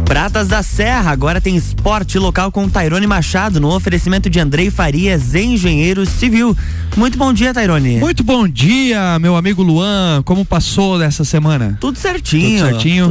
Pratas da Serra, agora tem esporte local com Tairone Machado, no oferecimento de Andrei Farias, engenheiro civil. Muito bom dia, Tairone. Muito bom dia, meu amigo Luan. Como passou dessa semana? Tudo certinho. Tudo certinho?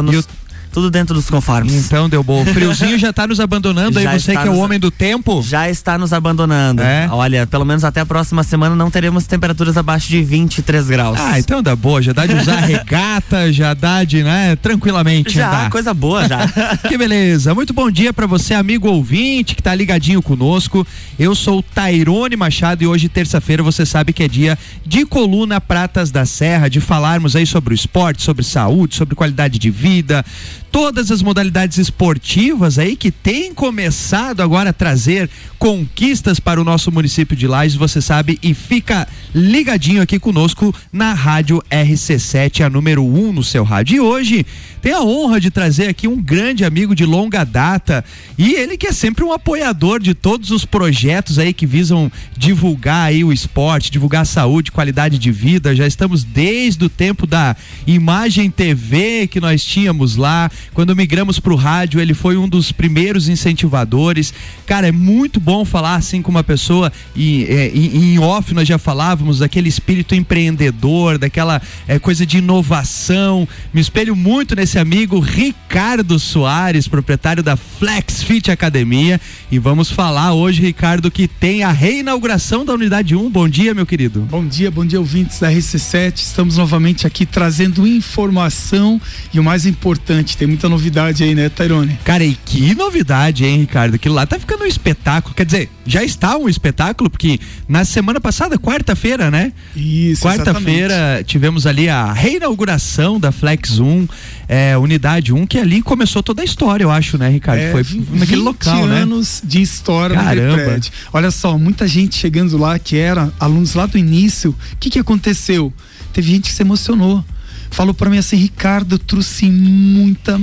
Tudo dentro dos conformes. Então deu bom. O friozinho já tá nos abandonando, aí você que é o homem do tempo. Já está nos abandonando. Olha, pelo menos até a próxima semana não teremos temperaturas abaixo de 23 graus. Ah, então dá boa, já dá de usar regata, já dá de, tranquilamente já, andar. Coisa boa já. Que beleza. Muito bom dia pra você, amigo ouvinte, que tá ligadinho conosco. Eu sou o Tairone Machado e hoje, terça-feira, você sabe que é dia de coluna Pratas da Serra, de falarmos aí sobre o esporte, sobre saúde, sobre qualidade de vida, todas as modalidades esportivas aí que tem começado agora a trazer conquistas para o nosso município de Lages, você sabe, e fica ligadinho aqui conosco na Rádio RC7, a número 1 no seu rádio. E hoje tem a honra de trazer aqui um grande amigo de longa data, e ele que é sempre um apoiador de todos os projetos aí que visam divulgar aí o esporte, divulgar a saúde, qualidade de vida. Já estamos desde o tempo da Imagem TV que nós tínhamos lá. Quando migramos pro rádio, ele foi um dos primeiros incentivadores. Cara, é muito bom falar assim com uma pessoa, e em off nós já falávamos daquele espírito empreendedor, daquela coisa de inovação. Me espelho muito nesse amigo Ricardo Soares, proprietário da Flex Fit Academia, e vamos falar hoje, Ricardo, que tem a reinauguração da unidade 1. Bom dia, meu querido. Bom dia ouvintes da RC7. Estamos novamente aqui trazendo informação e o mais importante, tem muita novidade aí, né, Tairone? Cara, e que novidade, hein, Ricardo? Aquilo lá tá ficando um espetáculo. Quer dizer, já está um espetáculo, porque na semana passada, quarta-feira, né? Isso, quarta-feira tivemos ali a reinauguração da Flex 1, unidade 1, que ali começou toda a história, eu acho, né, Ricardo? Foi naquele local, 20 né? anos de história. Caramba. No prédio. Olha só, muita gente chegando lá que era alunos lá do início. O que aconteceu? Teve gente que se emocionou. Falou pra mim assim: Ricardo, eu trouxe muita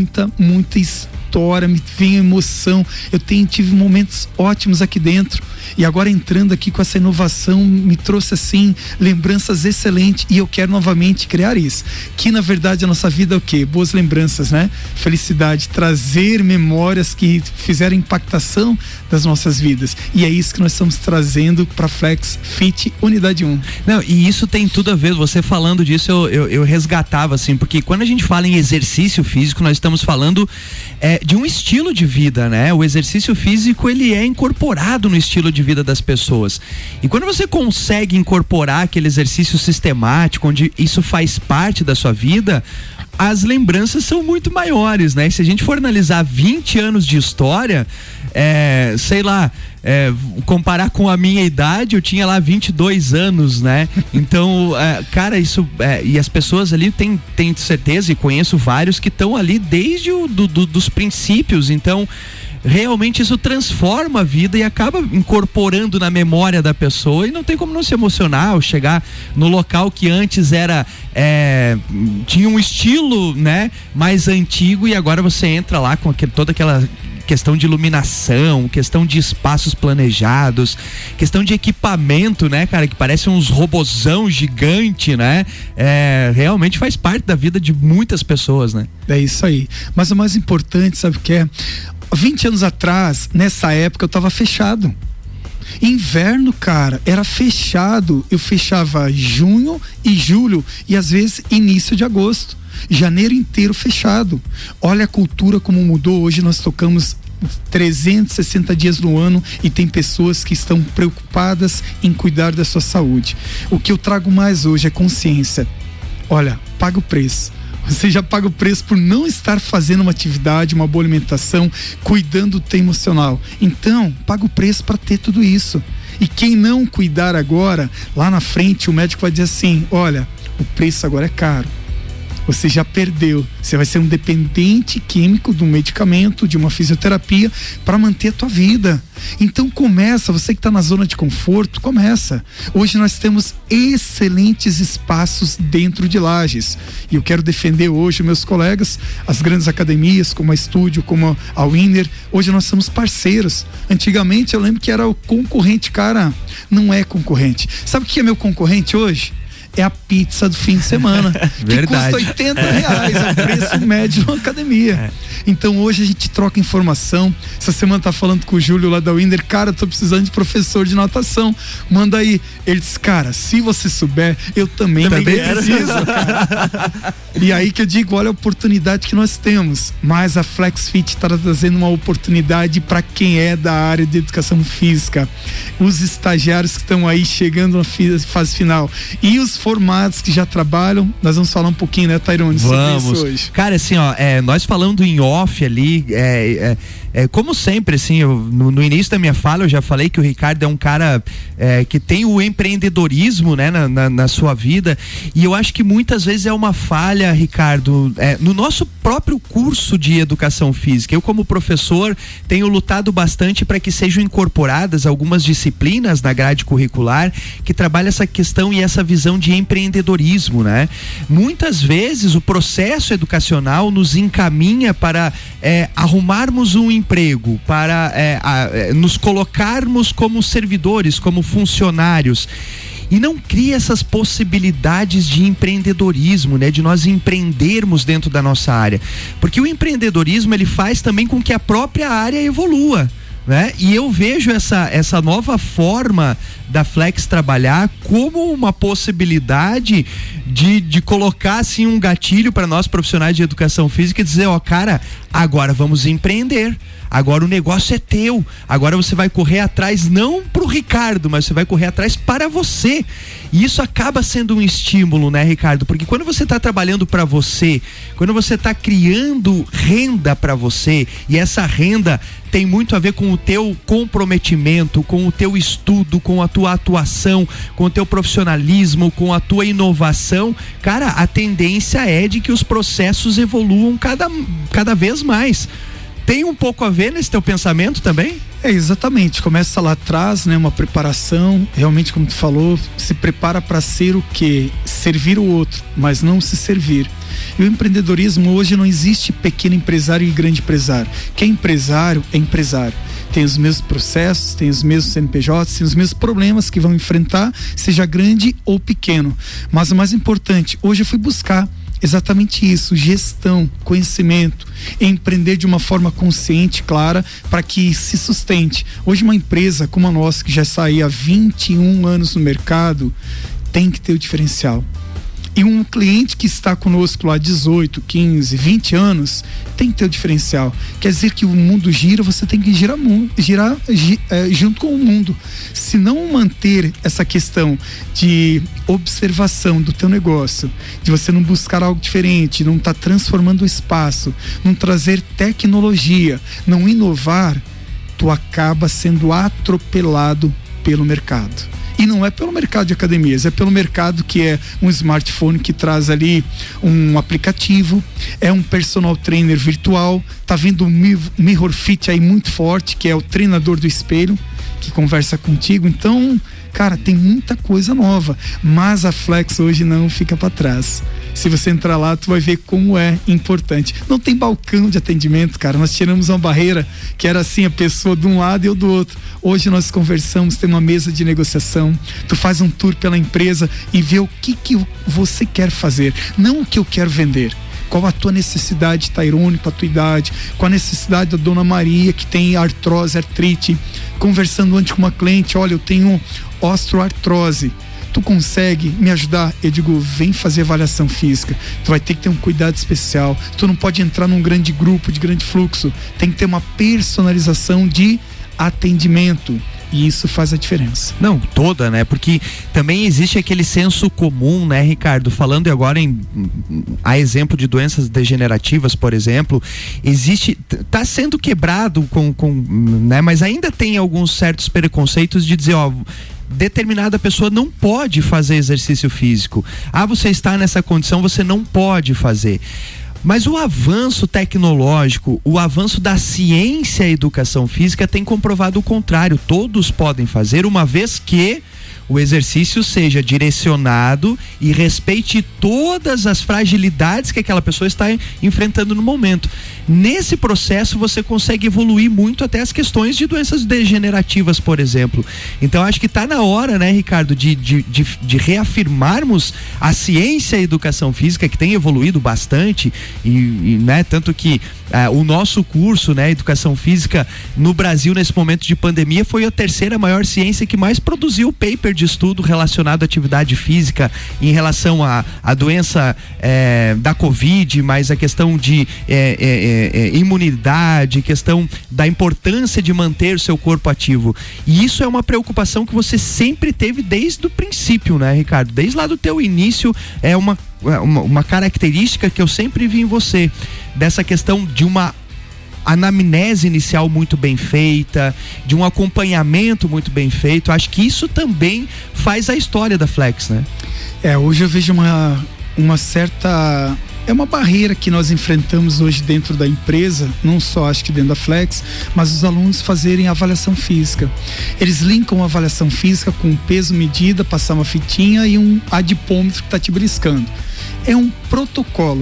história, me vem emoção, tive momentos ótimos aqui dentro, e agora entrando aqui com essa inovação me trouxe assim lembranças excelentes, e eu quero novamente criar isso, que na verdade a nossa vida é o quê? Boas lembranças, né? Felicidade, trazer memórias que fizeram impactação das nossas vidas, e é isso que nós estamos trazendo para Flex Fit Unidade 1. Não, e isso tem tudo a ver, você falando disso eu resgatava assim, porque quando a gente fala em exercício físico, nós estamos falando de um estilo de vida, né? O exercício físico, ele é incorporado no estilo de vida das pessoas, e quando você consegue incorporar aquele exercício sistemático, onde isso faz parte da sua vida, as lembranças são muito maiores, né? E se a gente for analisar 20 anos de história, comparar com a minha idade, eu tinha lá 22 anos, né? Então, cara, isso, e as pessoas ali tenho certeza, e conheço vários que estão ali desde dos princípios, então realmente isso transforma a vida e acaba incorporando na memória da pessoa, e não tem como não se emocionar ao chegar no local que antes tinha um estilo, né, mais antigo, e agora você entra lá com toda aquela questão de iluminação, questão de espaços planejados, questão de equipamento, né, cara, que parece uns robozão gigante, né? Realmente faz parte da vida de muitas pessoas, né? É isso aí. Mas o mais importante, sabe o que é? 20 anos atrás, nessa época, eu tava fechado. Inverno, cara, era fechado. Eu fechava junho e julho, e às vezes início de agosto. Janeiro inteiro fechado. Olha a cultura como mudou. Hoje nós tocamos 360 dias no ano, e tem pessoas que estão preocupadas em cuidar da sua saúde. O que eu trago mais hoje é consciência. Olha, paga o preço. Você já paga o preço por não estar fazendo uma atividade, uma boa alimentação, cuidando do teu emocional. Então, paga o preço para ter tudo isso. E quem não cuidar agora, lá na frente o médico vai dizer assim: olha, o preço agora é caro. Você já perdeu, você vai ser um dependente químico de um medicamento, de uma fisioterapia, para manter a tua vida. Então começa, você que está na zona de conforto, começa. Hoje nós temos excelentes espaços dentro de Lages, e eu quero defender hoje meus colegas, as grandes academias como a Estúdio, como a Winner. Hoje nós somos parceiros. Antigamente eu lembro que era o concorrente. Cara, não é concorrente. Sabe o que é meu concorrente hoje? é a pizza do fim de semana. Verdade. Que custa R$80, é o preço médio de uma academia. Então hoje a gente troca informação. Essa semana tá falando com o Júlio lá da Winder, cara, tô precisando de professor de natação. Manda aí. Ele disse, cara, se você souber, eu também preciso, cara. E aí que eu digo, olha a oportunidade que nós temos. Mas a FlexFit está trazendo uma oportunidade para quem é da área de educação física. Os estagiários que estão aí chegando na fase final e os formados que já trabalham. Nós vamos falar um pouquinho, né, Tairone, sobre isso hoje. Cara, assim, ó, nós falando em off ali, como sempre, assim, no início da minha fala eu já falei que o Ricardo é um cara que tem o empreendedorismo, né, na sua vida, e eu acho que muitas vezes é uma falha, Ricardo, no nosso próprio curso de educação física. Eu, como professor, tenho lutado bastante para que sejam incorporadas algumas disciplinas na grade curricular que trabalham essa questão e essa visão de empreendedorismo, né? Muitas vezes o processo educacional nos encaminha para arrumarmos um emprego, para nos colocarmos como servidores, como funcionários, e não cria essas possibilidades de empreendedorismo, né? De nós empreendermos dentro da nossa área, porque o empreendedorismo ele faz também com que a própria área evolua, né? E eu vejo essa nova forma da Flex trabalhar como uma possibilidade de colocar assim um gatilho para nós profissionais de educação física e dizer, ó, cara, agora vamos empreender. Agora o negócio é teu. Agora você vai correr atrás não pro Ricardo, mas você vai correr atrás para você. E isso acaba sendo um estímulo, né, Ricardo? Porque quando você está trabalhando para você, quando você está criando renda para você, e essa renda tem muito a ver com o teu comprometimento, com o teu estudo, com a tua atuação, com o teu profissionalismo, com a tua inovação, cara, a tendência é de que os processos evoluam cada vez mais. Tem um pouco a ver nesse teu pensamento também? Exatamente, começa lá atrás, né, uma preparação, realmente como tu falou, se prepara para ser o quê? Servir o outro, mas não se servir. E o empreendedorismo hoje não existe pequeno empresário e grande empresário. Quem é empresário, tem os mesmos processos, tem os mesmos CNPJs, tem os mesmos problemas que vão enfrentar, seja grande ou pequeno. Mas o mais importante, hoje eu fui buscar exatamente isso, gestão, conhecimento, empreender de uma forma consciente, clara, para que se sustente. Hoje uma empresa como a nossa, que já está aí há 21 anos no mercado, tem que ter o diferencial. E um cliente que está conosco lá 18, 15, 20 anos tem que ter o diferencial. Quer dizer que o mundo gira, você tem que girar junto com o mundo. Se não manter essa questão de observação do teu negócio, de você não buscar algo diferente, não estar transformando o espaço, não trazer tecnologia, não inovar, tu acaba sendo atropelado pelo mercado. E não é pelo mercado de academias, é pelo mercado que é um smartphone que traz ali um aplicativo, é um personal trainer virtual, tá vindo um Mirror Fit aí muito forte, que é o treinador do espelho, que conversa contigo. Então, cara, tem muita coisa nova, mas a Flex hoje não fica para trás. Se você entrar lá, tu vai ver como é importante. Não tem balcão de atendimento, cara. Nós tiramos uma barreira que era assim, a pessoa de um lado e eu do outro. Hoje nós conversamos, tem uma mesa de negociação. Tu faz um tour pela empresa e vê o que você quer fazer, não o que eu quero vender. Qual a tua necessidade, Tairone, com a tua idade, com a necessidade da dona Maria, que tem artrose, artrite. Conversando antes com uma cliente, olha, eu tenho osteoartrose. Tu consegue me ajudar? Eu digo, vem fazer avaliação física. Tu vai ter que ter um cuidado especial. Tu não pode entrar num grande grupo, de grande fluxo. Tem que ter uma personalização de atendimento. E isso faz a diferença. Não, toda, né? Porque também existe aquele senso comum, né, Ricardo? Falando agora a exemplo de doenças degenerativas, por exemplo, tá sendo quebrado né? Mas ainda tem alguns certos preconceitos de dizer, ó, determinada pessoa não pode fazer exercício físico. Ah, você está nessa condição, você não pode fazer. Mas o avanço tecnológico, o avanço da ciência e educação física tem comprovado o contrário. Todos podem fazer, uma vez que o exercício seja direcionado e respeite todas as fragilidades que aquela pessoa está enfrentando no momento. Nesse processo você consegue evoluir muito até as questões de doenças degenerativas, por exemplo. Então acho que está na hora, né, Ricardo, de reafirmarmos a ciência e a educação física, que tem evoluído bastante e né, tanto que o nosso curso, né, Educação Física no Brasil nesse momento de pandemia foi a terceira maior ciência que mais produziu paper de estudo relacionado à atividade física em relação à doença da Covid, mas a questão de imunidade, questão da importância de manter o seu corpo ativo. E isso é uma preocupação que você sempre teve desde o princípio, né, Ricardo? Desde lá do teu início, é uma característica que eu sempre vi em você, dessa questão de uma anamnese inicial muito bem feita, de um acompanhamento muito bem feito. Acho que isso também faz a história da Flex, né? Hoje eu vejo uma certa... É uma barreira que nós enfrentamos hoje dentro da empresa, não só acho que dentro da Flex, mas os alunos fazerem avaliação física. Eles linkam a avaliação física com peso, medida, passar uma fitinha e um adipômetro que está te beliscando. É um protocolo.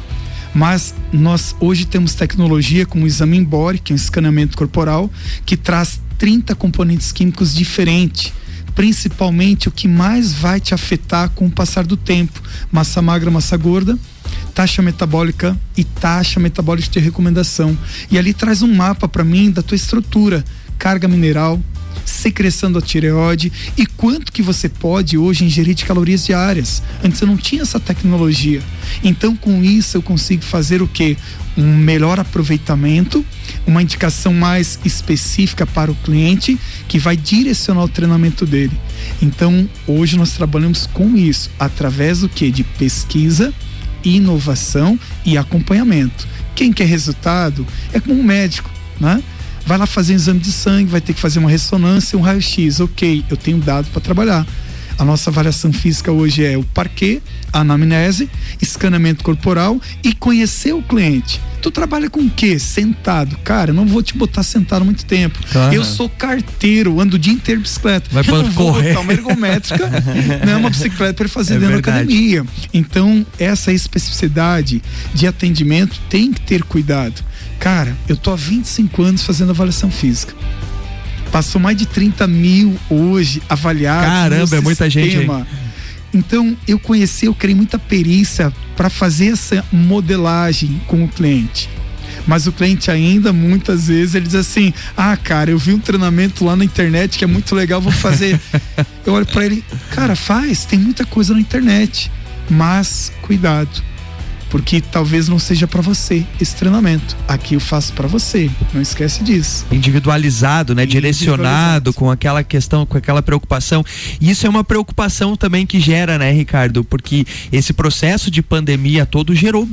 Mas nós hoje temos tecnologia como o exame Embody, que é um escaneamento corporal, que traz 30 componentes químicos diferentes. Principalmente o que mais vai te afetar com o passar do tempo: massa magra, massa gorda, taxa metabólica e taxa metabólica de recomendação. E ali traz um mapa para mim da tua estrutura, carga mineral, secreção da tireoide e quanto que você pode hoje ingerir de calorias diárias. Antes eu não tinha essa tecnologia. Então com isso eu consigo fazer o quê? Um melhor aproveitamento, uma indicação mais específica para o cliente, que vai direcionar o treinamento dele. Então hoje nós trabalhamos com isso, através do quê? De pesquisa, inovação e acompanhamento. Quem quer resultado é como um médico, né? Vai lá fazer um exame de sangue, vai ter que fazer uma ressonância, um raio-x. Ok, eu tenho dado para trabalhar. A nossa avaliação física hoje é o parquet, a anamnese, escaneamento corporal e conhecer o cliente. Tu trabalha com o quê? Sentado. Cara, eu não vou te botar sentado muito tempo. Eu sou carteiro, ando o dia inteiro de bicicleta. Vai eu não vou correr. botar uma ergométrica, né, uma bicicleta para ele fazer dentro da academia. Então, essa especificidade de atendimento tem que ter cuidado. Cara, eu tô há 25 anos fazendo avaliação física. Passou mais de 30 mil hoje avaliados. Caramba, é muita gente, hein? Então, eu criei muita perícia para fazer essa modelagem com o cliente. Mas o cliente ainda, muitas vezes, ele diz assim: cara, eu vi um treinamento lá na internet que é muito legal, vou fazer. Eu olho para ele: cara, tem muita coisa na internet, mas cuidado, porque talvez não seja para você esse treinamento. Aqui eu faço para você, não esquece disso. Individualizado, né? Direcionado, com aquela questão, com aquela preocupação. E isso é uma preocupação também que gera, né, Ricardo? Porque esse processo de pandemia todo gerou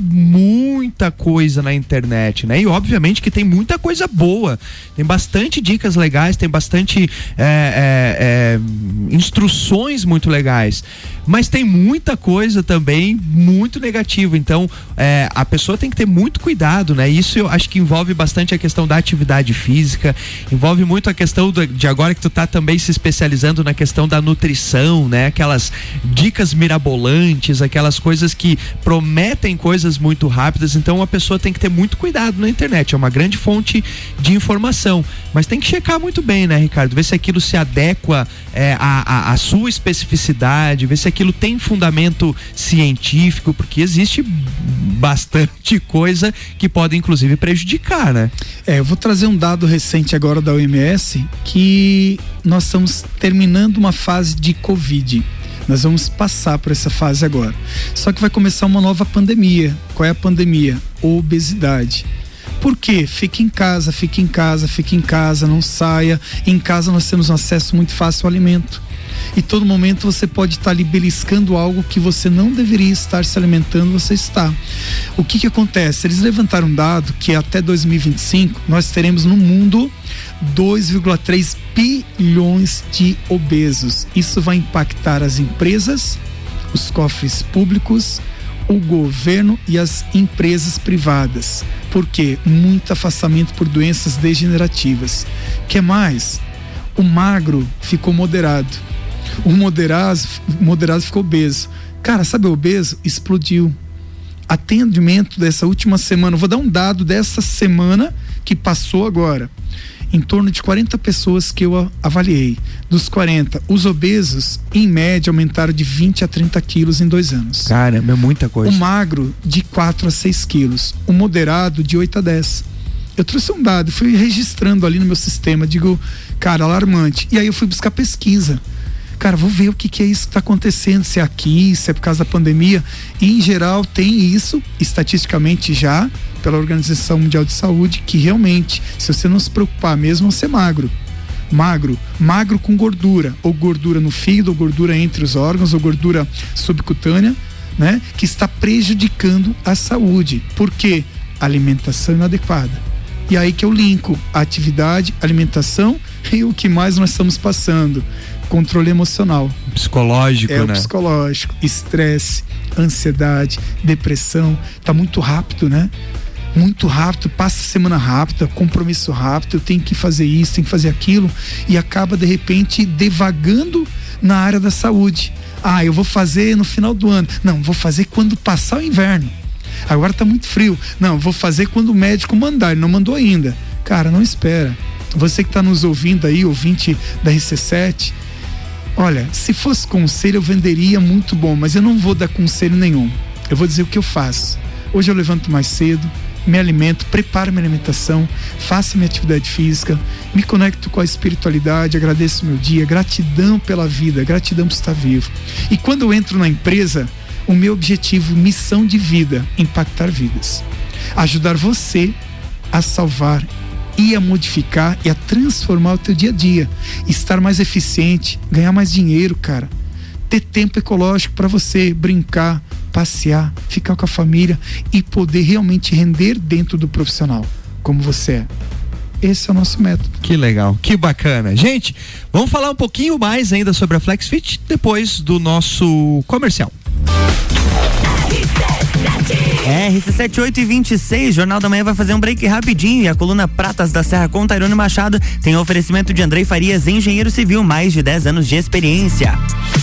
muita coisa na internet, né? E obviamente que tem muita coisa boa, tem bastante dicas legais, tem bastante instruções muito legais, mas tem muita coisa também muito negativa. Então a pessoa tem que ter muito cuidado, né? Isso eu acho que envolve bastante a questão da atividade física, envolve muito a questão de agora que tu tá também se especializando na questão da nutrição, né? Aquelas dicas mirabolantes, aquelas coisas que prometem coisas muito rápidas. Então a pessoa tem que ter muito cuidado na internet. É uma grande fonte de informação, mas tem que checar muito bem, né, Ricardo? Ver se aquilo se adequa à sua especificidade, ver se aquilo tem fundamento científico, porque existe bastante coisa que pode inclusive prejudicar, né? Eu vou trazer um dado recente agora da OMS, que nós estamos terminando uma fase de Covid. Nós vamos passar por essa fase agora. Só que vai começar uma nova pandemia. Qual é a pandemia? Obesidade. Por quê? Fique em casa, não saia. Em casa nós temos um acesso muito fácil ao alimento. E todo momento você pode estar ali beliscando algo que você não deveria estar se alimentando, você está. O que acontece? Eles levantaram um dado que até 2025 nós teremos no mundo 2,3 bilhões de obesos. Isso vai impactar as empresas, os cofres públicos, o governo e as empresas privadas. Por quê? Muito afastamento por doenças degenerativas. Que mais? O magro ficou moderado. O moderado ficou obeso. Cara, sabe o obeso? Explodiu. Atendimento dessa última semana, vou dar um dado dessa semana que passou agora. Em torno de 40 pessoas que eu avaliei. Dos 40, os obesos, em média, aumentaram de 20 a 30 quilos em 2 anos. Caramba, é muita coisa. O magro, de 4 a 6 quilos. O moderado, de 8 a 10. Eu trouxe um dado, fui registrando ali no meu sistema, digo, cara, alarmante. E aí eu fui buscar pesquisa. Cara, vou ver o que é isso que está acontecendo, se é aqui, se é por causa da pandemia. E, em geral, tem isso, estatisticamente já, pela Organização Mundial de Saúde, que realmente, se você não se preocupar mesmo, você é magro com gordura, ou gordura no fígado, ou gordura entre os órgãos, ou gordura subcutânea, né? Que está prejudicando a saúde. Por quê? Alimentação inadequada. E aí que eu linko a atividade, alimentação e o que mais nós estamos passando. Controle emocional. Psicológico, né? O psicológico, estresse, ansiedade, depressão. Tá muito rápido, né? Muito rápido, passa a semana rápida, compromisso rápido, eu tenho que fazer isso, tenho que fazer aquilo, e acaba de repente devagando na área da saúde. Ah, eu vou fazer no final do ano. Não, vou fazer quando passar o inverno. Agora tá muito frio. Não, vou fazer quando o médico mandar, ele não mandou ainda. Cara, não espera. Você que tá nos ouvindo aí, ouvinte da RC7, olha, se fosse conselho eu venderia muito bom, mas eu não vou dar conselho nenhum. Eu vou dizer o que eu faço. Hoje eu levanto mais cedo, me alimento, preparo minha alimentação, faço minha atividade física, me conecto com a espiritualidade, agradeço meu dia, gratidão pela vida, gratidão por estar vivo. E quando eu entro na empresa, o meu objetivo, missão de vida, impactar vidas. Ajudar você a salvar e a modificar e a transformar o teu dia a dia, estar mais eficiente, ganhar mais dinheiro, cara, ter tempo ecológico para você brincar, passear, ficar com a família e poder realmente render dentro do profissional, como você é. Esse é o nosso método. Que legal, que bacana. Gente, vamos falar um pouquinho mais ainda sobre a FlexFit depois do nosso comercial. RC7, 8h26, Jornal da Manhã vai fazer um break rapidinho e a coluna Pratas da Serra com Tairone Machado tem oferecimento de Andrei Farias, engenheiro civil, mais de 10 anos de experiência.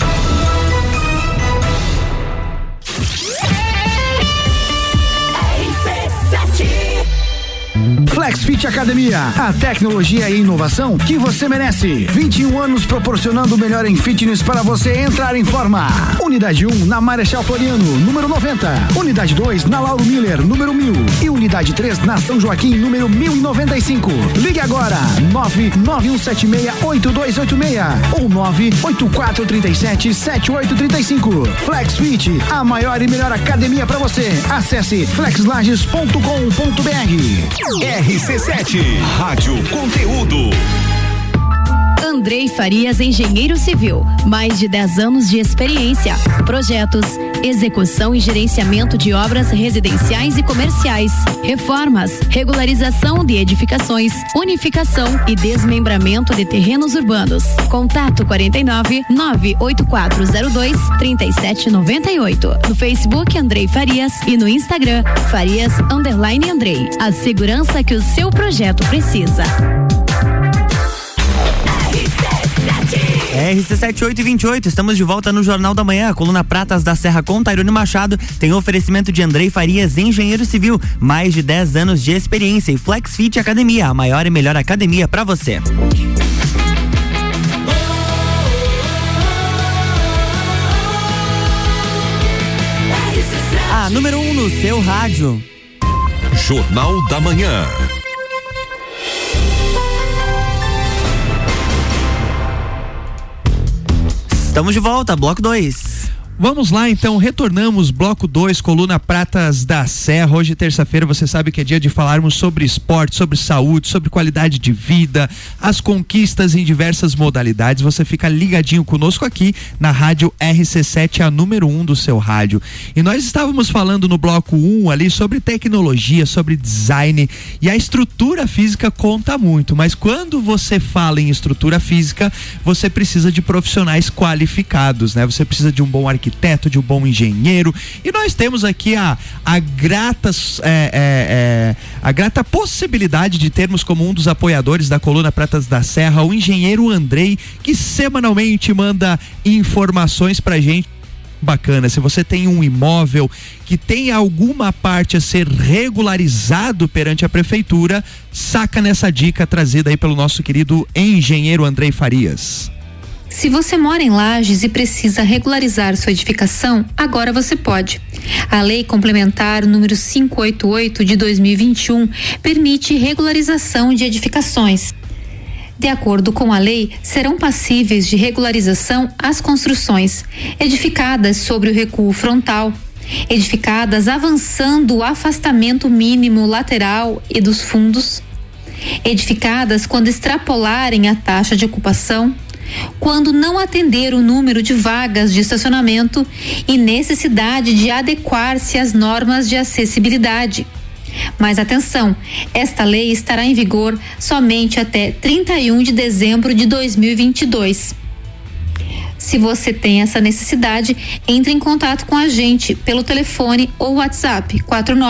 FlexFit Academia, a tecnologia e inovação que você merece. 21 anos proporcionando o melhor em fitness para você entrar em forma. Unidade 1 na Marechal Floriano, número 90. Unidade 2 na Lauro Miller, número 1000. E unidade 3 na São Joaquim, número 1095. Ligue agora, 991768286 ou 984377835. FlexFit, a maior e melhor academia para você. Acesse flexlages.com.br. RC7, Rádio Conteúdo. Andrei Farias, engenheiro civil, mais de 10 anos de experiência, projetos, execução e gerenciamento de obras residenciais e comerciais, reformas, regularização de edificações, unificação e desmembramento de terrenos urbanos. Contato 49-98402-3798. No Facebook Andrei Farias e no Instagram Farias_Andrei. A segurança que o seu projeto precisa. RC7, 8h28, estamos de volta no Jornal da Manhã. A coluna Pratas da Serra com Tairone Machado tem oferecimento de Andrei Farias, engenheiro civil, mais de 10 anos de experiência, e FlexFit Academia, a maior e melhor academia para você. A número 1 no seu rádio. Jornal da Manhã. Estamos de volta, bloco 2. Vamos lá, então, retornamos, bloco 2, coluna Pratas da Serra. Hoje, terça-feira, você sabe que é dia de falarmos sobre esporte, sobre saúde, sobre qualidade de vida, as conquistas em diversas modalidades. Você fica ligadinho conosco aqui na rádio RC7, a número 1 do seu rádio. E nós estávamos falando no bloco 1 ali sobre tecnologia, sobre design, e a estrutura física conta muito, mas quando você fala em estrutura física, você precisa de profissionais qualificados, né? Você precisa de um bom arquiteto, de a grata possibilidade de termos como um dos apoiadores da coluna Pratas da Serra o engenheiro Andrei, que semanalmente manda informações pra gente. Bacana, se você tem um imóvel que tem alguma parte a ser regularizado perante a prefeitura, saca nessa dica trazida aí pelo nosso querido engenheiro Andrei Farias. Se você mora em Lages e precisa regularizar sua edificação, agora você pode. A Lei Complementar número 588 de 2021 permite regularização de edificações. De acordo com a lei, serão passíveis de regularização as construções edificadas sobre o recuo frontal, edificadas avançando o afastamento mínimo lateral e dos fundos, edificadas quando extrapolarem a taxa de ocupação, quando não atender o número de vagas de estacionamento e necessidade de adequar-se às normas de acessibilidade. Mas atenção, esta lei estará em vigor somente até 31 de dezembro de 2022. Se você tem essa necessidade, entre em contato com a gente pelo telefone ou WhatsApp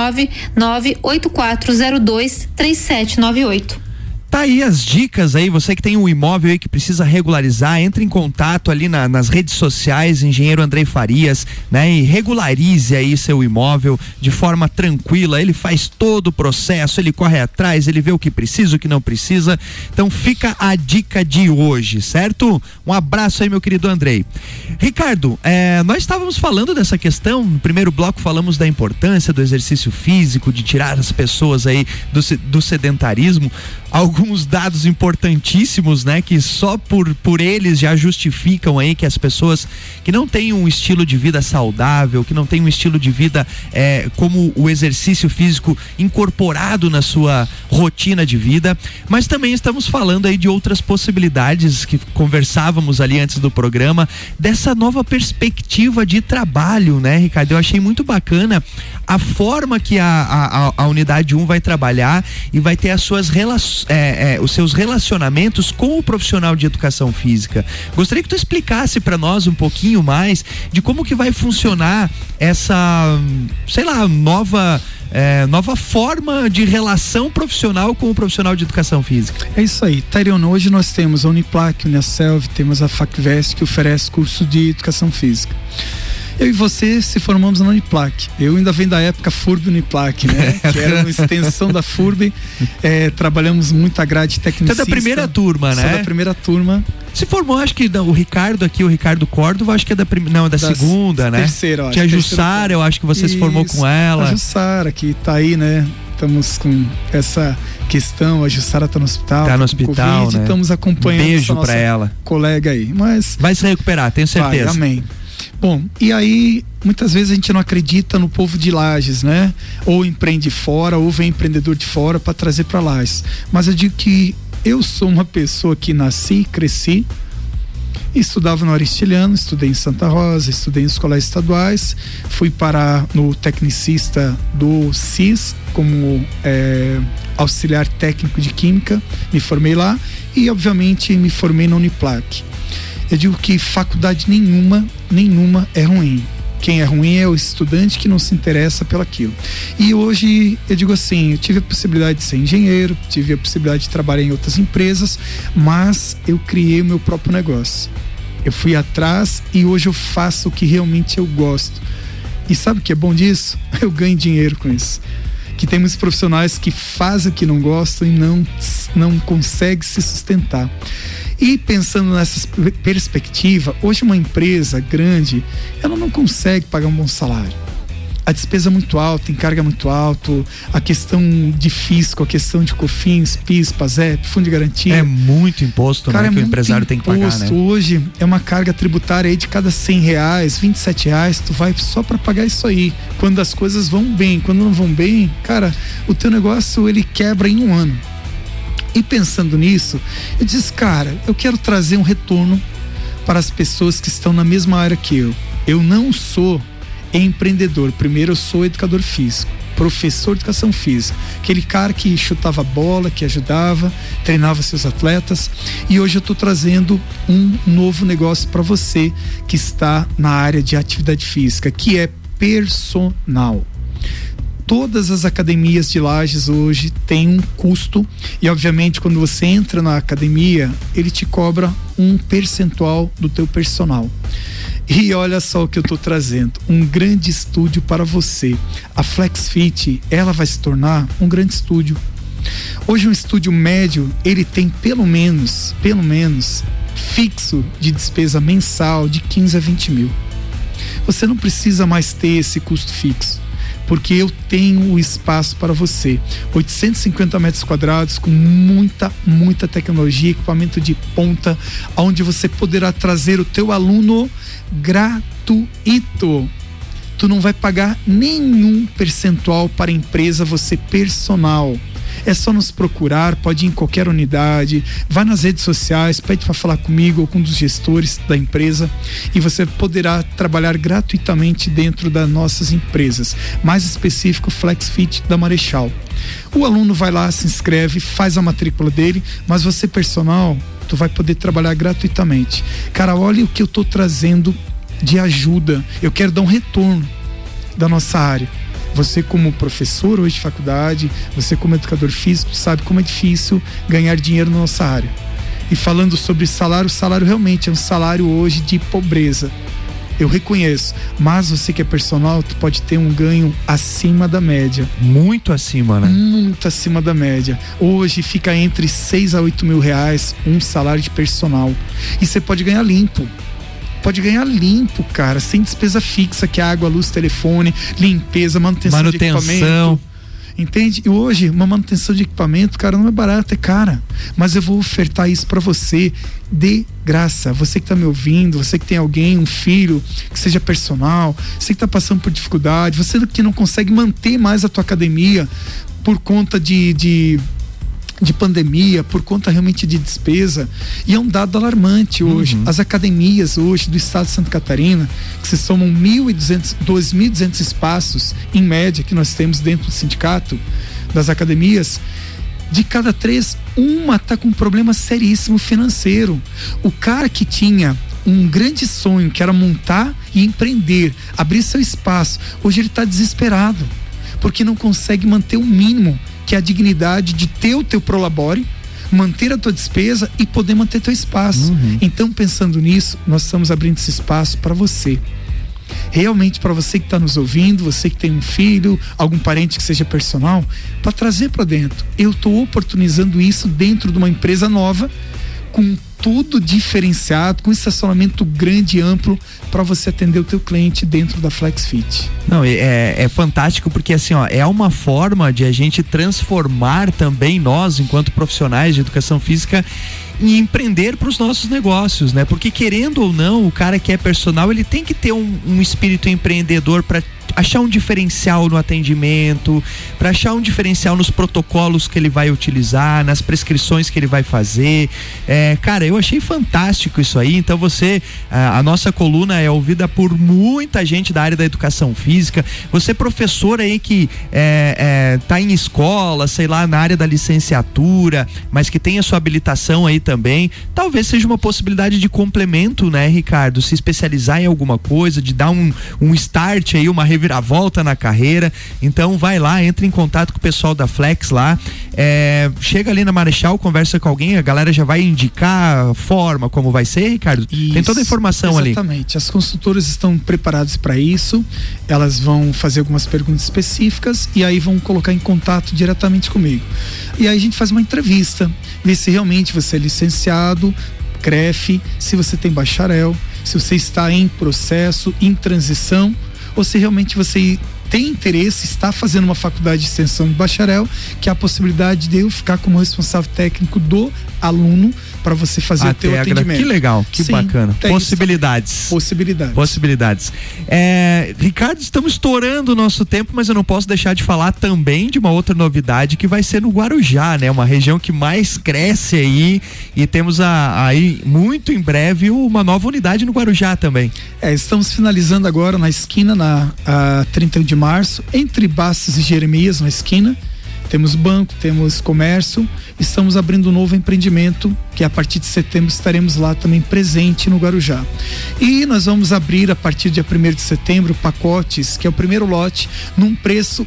49984023798. Tá aí as dicas aí, você que tem um imóvel aí que precisa regularizar, entre em contato ali nas redes sociais, engenheiro Andrei Farias, né? E regularize aí seu imóvel de forma tranquila, ele faz todo o processo, ele corre atrás, ele vê o que precisa, o que não precisa, então fica a dica de hoje, certo? Um abraço aí, meu querido Andrei. Ricardo, nós estávamos falando dessa questão, no primeiro bloco falamos da importância do exercício físico, de tirar as pessoas aí do sedentarismo. Alguns dados importantíssimos, né, que só por eles já justificam aí que as pessoas que não têm um estilo de vida saudável, que não têm um estilo de vida como o exercício físico incorporado na sua rotina de vida, mas também estamos falando aí de outras possibilidades que conversávamos ali antes do programa, dessa nova perspectiva de trabalho, né, Ricardo? Eu achei muito bacana a forma que a unidade 1 vai trabalhar e vai ter as suas os seus relacionamentos com o profissional de educação física. Gostaria que tu explicasse para nós um pouquinho mais de como que vai funcionar essa, sei lá, nova forma de relação profissional com o profissional de educação física. É isso aí, Tairone, hoje nós temos a Uniplac, Uniaselv, temos a Facvest, que oferece curso de educação física. Eu e você se formamos na Uniplac. Eu ainda venho da época FURB Uniplac, né? Que era uma extensão da FURB. Trabalhamos muita grade tecnicista. Você é da primeira turma, né? Sou da primeira turma. Se formou, acho que o Ricardo aqui, o Ricardo Córdova, acho que é da segunda, né? Terceira, ó. Tinha a Jussara, eu acho que você se formou com ela. A Jussara, que tá aí, né? Estamos com essa questão, a Jussara tá no hospital. Tá no hospital, COVID, né? Estamos acompanhando Beijo pra ela. Colega aí. Mas vai se recuperar, tenho certeza. Vai, amém. Bom, e aí muitas vezes a gente não acredita no povo de Lages, né? Ou empreende fora, ou vem empreendedor de fora para trazer para Lages. Mas eu digo que eu sou uma pessoa que nasci, cresci, estudava no Aristiliano, estudei em Santa Rosa, estudei em escolas estaduais, fui parar no tecnicista do CIS como auxiliar técnico de química, me formei lá e obviamente me formei na Uniplac. Eu digo que faculdade nenhuma é ruim. Quem é ruim é o estudante que não se interessa pelaquilo. E hoje, eu digo assim, eu tive a possibilidade de ser engenheiro, tive a possibilidade de trabalhar em outras empresas, mas eu criei o meu próprio negócio. Eu fui atrás e hoje eu faço o que realmente eu gosto. E sabe o que é bom disso? Eu ganho dinheiro com isso. Que tem muitos profissionais que fazem o que não gostam e não conseguem se sustentar. E pensando nessa perspectiva, hoje uma empresa grande, ela não consegue pagar um bom salário. A despesa é muito alta, encarga muito alto, a questão de fisco, a questão de COFINS, PIS, PASEP, fundo de garantia. É muito imposto, cara, né, que o empresário tem que pagar, né? Hoje é uma carga tributária aí de cada R$100, R$27, tu vai só para pagar isso aí. Quando as coisas vão bem, quando não vão bem, cara, o teu negócio ele quebra em um ano. E pensando nisso, eu disse, cara, eu quero trazer um retorno para as pessoas que estão na mesma área que eu. Eu não sou empreendedor, primeiro eu sou educador físico, professor de educação física, aquele cara que chutava bola, que ajudava, treinava seus atletas, e hoje eu estou trazendo um novo negócio para você que está na área de atividade física, que é personal. Todas as academias de Lages hoje têm um custo e, obviamente, quando você entra na academia, ele te cobra um percentual do teu personal. E olha só o que eu estou trazendo, um grande estúdio para você. A FlexFit, ela vai se tornar um grande estúdio. Hoje um estúdio médio, ele tem pelo menos fixo de despesa mensal de 15 a 20 mil. Você não precisa mais ter esse custo fixo, porque eu tenho o espaço para você. 850 metros quadrados com muita tecnologia, equipamento de ponta, onde você poderá trazer o teu aluno gratuito. Tu não vai pagar nenhum percentual para a empresa, você personal. É só nos procurar, pode ir em qualquer unidade, vai nas redes sociais, pede para falar comigo ou com um dos gestores da empresa e você poderá trabalhar gratuitamente dentro das nossas empresas. Mais específico, FlexFit da Marechal. O aluno vai lá, se inscreve, faz a matrícula dele, mas você personal, tu vai poder trabalhar gratuitamente. Cara, olha o que eu tô trazendo de ajuda. Eu quero dar um retorno da nossa área. Você como professor hoje de faculdade, você como educador físico, sabe como é difícil ganhar dinheiro na nossa área. E falando sobre salário, o salário realmente é um salário hoje de pobreza. Eu reconheço, mas você que é personal, tu pode ter um ganho acima da média. Muito acima, né? Muito acima da média. Hoje fica entre 6 a 8 mil reais um salário de personal. E você pode ganhar limpo. Pode ganhar limpo, cara, sem despesa fixa, que é água, luz, telefone, limpeza, manutenção de equipamento. Entende? E hoje, uma manutenção de equipamento, cara, não é barata, é cara. Mas eu vou ofertar isso pra você de graça. Você que tá me ouvindo, você que tem alguém, um filho, que seja personal, você que tá passando por dificuldade, você que não consegue manter mais a tua academia por conta de pandemia, por conta realmente de despesa, e é um dado alarmante hoje. As academias hoje do estado de Santa Catarina, que se somam 2.200 espaços em média que nós temos dentro do sindicato das academias, de cada 3, uma está com um problema seríssimo financeiro. O cara que tinha um grande sonho, que era montar e empreender, abrir seu espaço, hoje ele está desesperado, porque não consegue manter o mínimo, que é a dignidade de ter o teu prolabore, manter a tua despesa e poder manter teu espaço. Então, pensando nisso, nós estamos abrindo esse espaço para você. Realmente, para você que está nos ouvindo, você que tem um filho, algum parente que seja personal, para trazer para dentro. Eu estou oportunizando isso dentro de uma empresa nova, com tudo diferenciado, com estacionamento grande e amplo para você atender o teu cliente dentro da FlexFit. Não, é fantástico porque assim, ó, é uma forma de a gente transformar também nós, enquanto profissionais de educação física, em empreender para os nossos negócios, né? Porque querendo ou não, o cara que é personal, ele tem que ter um espírito empreendedor para achar um diferencial no atendimento, para achar um diferencial nos protocolos que ele vai utilizar, nas prescrições que ele vai fazer. Cara, eu achei fantástico isso aí. Então a nossa coluna é ouvida por muita gente da área da educação física. Você professor aí que tá em escola, sei lá, na área da licenciatura, mas que tem a sua habilitação aí também, talvez seja uma possibilidade de complemento, né, Ricardo? Se especializar em alguma coisa, de dar um start aí, uma reviravolta na carreira. Então vai lá, entra em contato com o pessoal da Flex lá, chega ali na Marechal, conversa com alguém, a galera já vai indicar a forma, como vai ser, Ricardo? Isso, tem toda a informação ali. Exatamente, as consultoras estão preparadas para isso, elas vão fazer algumas perguntas específicas e aí vão colocar em contato diretamente comigo. E aí a gente faz uma entrevista, ver se realmente você é licenciado, CREF, se você tem bacharel, se você está em processo, em transição, ou se realmente você tem interesse, está fazendo uma faculdade de extensão de bacharel, que é a possibilidade de eu ficar como responsável técnico do aluno para você fazer o teu atendimento. Que legal, que sim, bacana. Possibilidades. Ricardo, estamos estourando o nosso tempo, mas eu não posso deixar de falar também de uma outra novidade que vai ser no Guarujá, né? Uma região que mais cresce aí, e temos aí muito em breve uma nova unidade no Guarujá também. Estamos finalizando agora na esquina, na 31 de março, entre Bastos e Jeremias, na esquina. Temos banco, temos comércio estamos abrindo um novo empreendimento, que a partir de setembro estaremos lá também presente no Guarujá. E nós vamos abrir a partir do dia 1º de setembro pacotes, que é o primeiro lote, num preço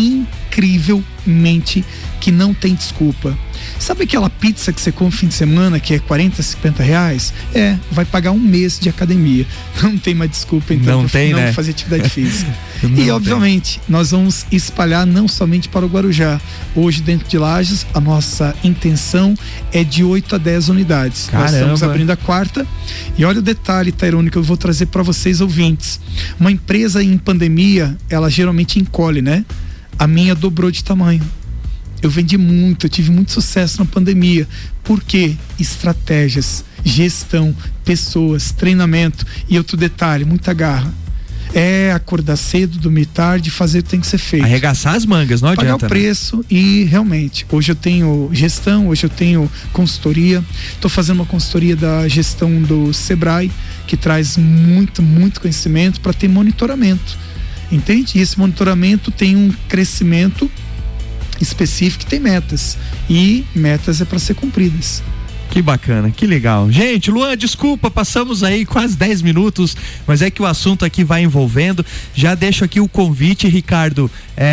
incrivelmente que não tem desculpa. Sabe aquela pizza que você come no fim de semana, que é 40, 50 reais? Vai pagar um mês de academia. Não tem mais desculpa, então, não tem, né? fazer atividade física. E, obviamente, nós vamos espalhar não somente para o Guarujá. Hoje, dentro de Lages, a nossa intenção é de 8 a 10 unidades. Caramba. Nós estamos abrindo a 4ª. E olha o detalhe, Tairone, que eu vou trazer para vocês, ouvintes. Uma empresa em pandemia, ela geralmente encolhe, né? A minha dobrou de tamanho. Eu vendi muito, eu tive muito sucesso na pandemia. Por quê? Estratégias, gestão, pessoas, treinamento. E outro detalhe, muita garra. Acordar cedo, dormir tarde, fazer o que tem que ser feito. Arregaçar as mangas, não adianta. Pagar o preço, né? E realmente, hoje eu tenho gestão, hoje eu tenho consultoria. Estou fazendo uma consultoria da gestão do Sebrae, que traz muito, muito conhecimento para ter monitoramento. Entende? E esse monitoramento tem um crescimento específico, tem metas. E metas é para ser cumpridas. Que bacana, que legal. Gente, Luan, desculpa, passamos aí quase 10 minutos, mas é que o assunto aqui vai envolvendo. Já deixo aqui o convite, Ricardo,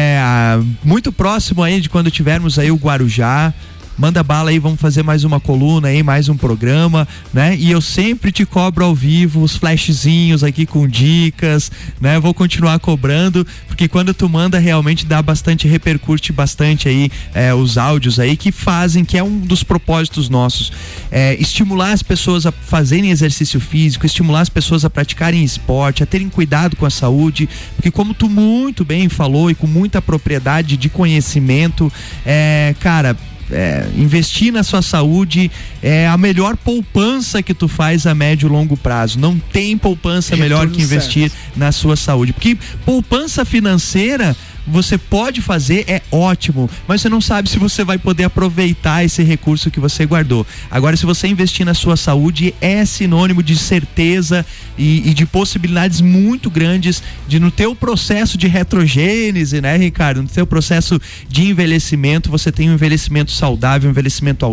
muito próximo aí de quando tivermos aí o Guarujá. Manda bala aí, vamos fazer mais uma coluna aí, mais um programa, né? E eu sempre te cobro ao vivo os flashzinhos aqui com dicas, né? Vou continuar cobrando, porque quando tu manda realmente dá bastante, repercute bastante aí os áudios aí que fazem, que é um dos propósitos nossos, estimular as pessoas a fazerem exercício físico, estimular as pessoas a praticarem esporte, a terem cuidado com a saúde, porque como tu muito bem falou e com muita propriedade de conhecimento, cara, investir na sua saúde é a melhor poupança que tu faz a médio e longo prazo. Não tem poupança melhor que investir na sua saúde, porque poupança financeira você pode fazer, é ótimo, mas você não sabe se você vai poder aproveitar esse recurso que você guardou. Agora, se você investir na sua saúde, é sinônimo de certeza e de possibilidades muito grandes de, no teu processo de retrogênese, né, Ricardo? No teu processo de envelhecimento, você tem um envelhecimento saudável, um envelhecimento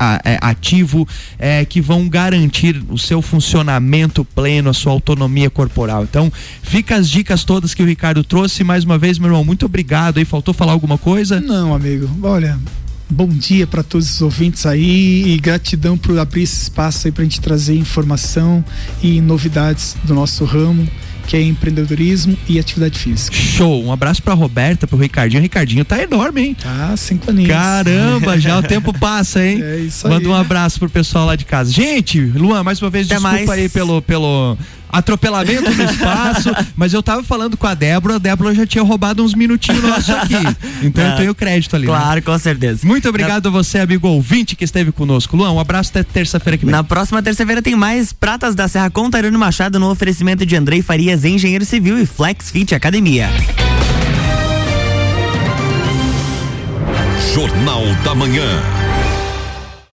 ativo, que vão garantir o seu funcionamento pleno, a sua autonomia corporal. Então, fica as dicas todas que o Ricardo trouxe. Mais uma vez, meu irmão, muito obrigado aí. Faltou falar alguma coisa? Não, amigo. Olha, bom dia para todos os ouvintes aí e gratidão por abrir esse espaço aí pra gente trazer informação e novidades do nosso ramo, que é empreendedorismo e atividade física. Show! Um abraço pra Roberta, pro Ricardinho. O Ricardinho tá enorme, hein? Tá, 5 aninhos. Caramba, já o tempo passa, hein? É isso aí. Manda um abraço pro pessoal lá de casa. Gente, Luan, mais uma vez, desculpa aí pelo atropelamento do espaço, mas eu tava falando com a Débora já tinha roubado uns minutinhos nossos aqui, então eu tenho crédito ali. Claro, né? com certeza. Muito obrigado a você, amigo ouvinte, que esteve conosco. Luan, um abraço até terça-feira que vem. Na próxima terça-feira tem mais Pratas da Serra com Tairone Machado, no oferecimento de Andrei Farias, engenheiro civil, e Flex Fit Academia. Jornal da Manhã.